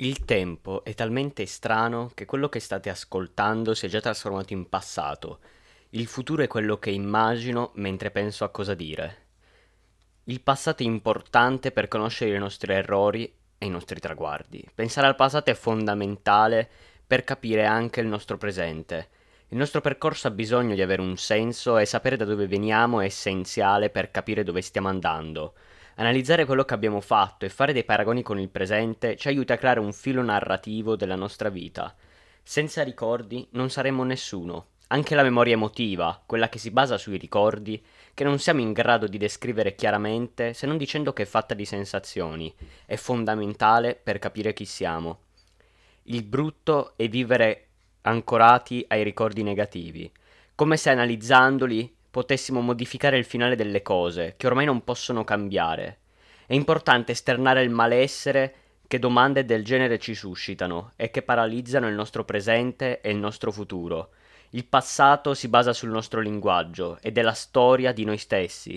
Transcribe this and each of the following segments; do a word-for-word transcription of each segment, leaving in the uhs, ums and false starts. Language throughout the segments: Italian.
Il tempo è talmente strano che quello che state ascoltando si è già trasformato in passato. Il futuro è quello che immagino mentre penso a cosa dire. Il passato è importante per conoscere i nostri errori e i nostri traguardi. Pensare al passato è fondamentale per capire anche il nostro presente. Il nostro percorso ha bisogno di avere un senso e sapere da dove veniamo è essenziale per capire dove stiamo andando. Analizzare quello che abbiamo fatto e fare dei paragoni con il presente ci aiuta a creare un filo narrativo della nostra vita. Senza ricordi non saremmo nessuno. Anche la memoria emotiva, quella che si basa sui ricordi, che non siamo in grado di descrivere chiaramente se non dicendo che è fatta di sensazioni, è fondamentale per capire chi siamo. Il brutto è vivere ancorati ai ricordi negativi, come se analizzandoli potessimo modificare il finale delle cose, che ormai non possono cambiare. È importante esternare il malessere che domande del genere ci suscitano e che paralizzano il nostro presente e il nostro futuro. Il passato si basa sul nostro linguaggio ed è la storia di noi stessi.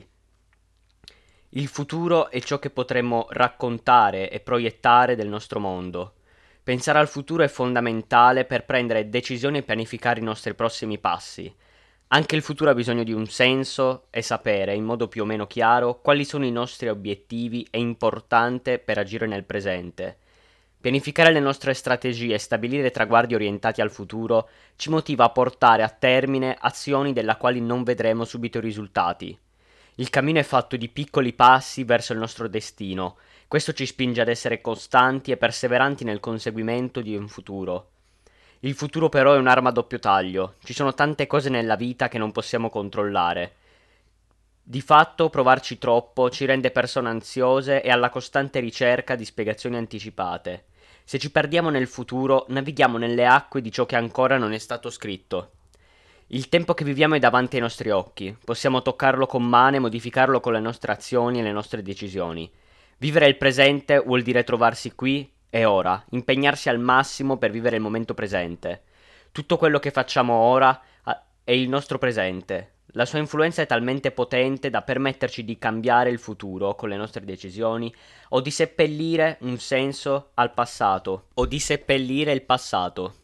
Il futuro è ciò che potremmo raccontare e proiettare del nostro mondo. Pensare al futuro è fondamentale per prendere decisioni e pianificare i nostri prossimi passi. Anche il futuro ha bisogno di un senso e sapere, in modo più o meno chiaro, quali sono i nostri obiettivi è importante per agire nel presente. Pianificare le nostre strategie e stabilire traguardi orientati al futuro ci motiva a portare a termine azioni della quali non vedremo subito i risultati. Il cammino è fatto di piccoli passi verso il nostro destino. Questo ci spinge ad essere costanti e perseveranti nel conseguimento di un futuro. Il futuro però è un'arma a doppio taglio. Ci sono tante cose nella vita che non possiamo controllare. Di fatto, provarci troppo ci rende persone ansiose e alla costante ricerca di spiegazioni anticipate. Se ci perdiamo nel futuro, navighiamo nelle acque di ciò che ancora non è stato scritto. Il tempo che viviamo è davanti ai nostri occhi, possiamo toccarlo con mano e modificarlo con le nostre azioni e le nostre decisioni. Vivere il presente vuol dire trovarsi qui e ora, impegnarsi al massimo per vivere il momento presente. Tutto quello che facciamo ora ah, è il nostro presente. La sua influenza è talmente potente da permetterci di cambiare il futuro con le nostre decisioni o di seppellire un senso al passato o di seppellire il passato.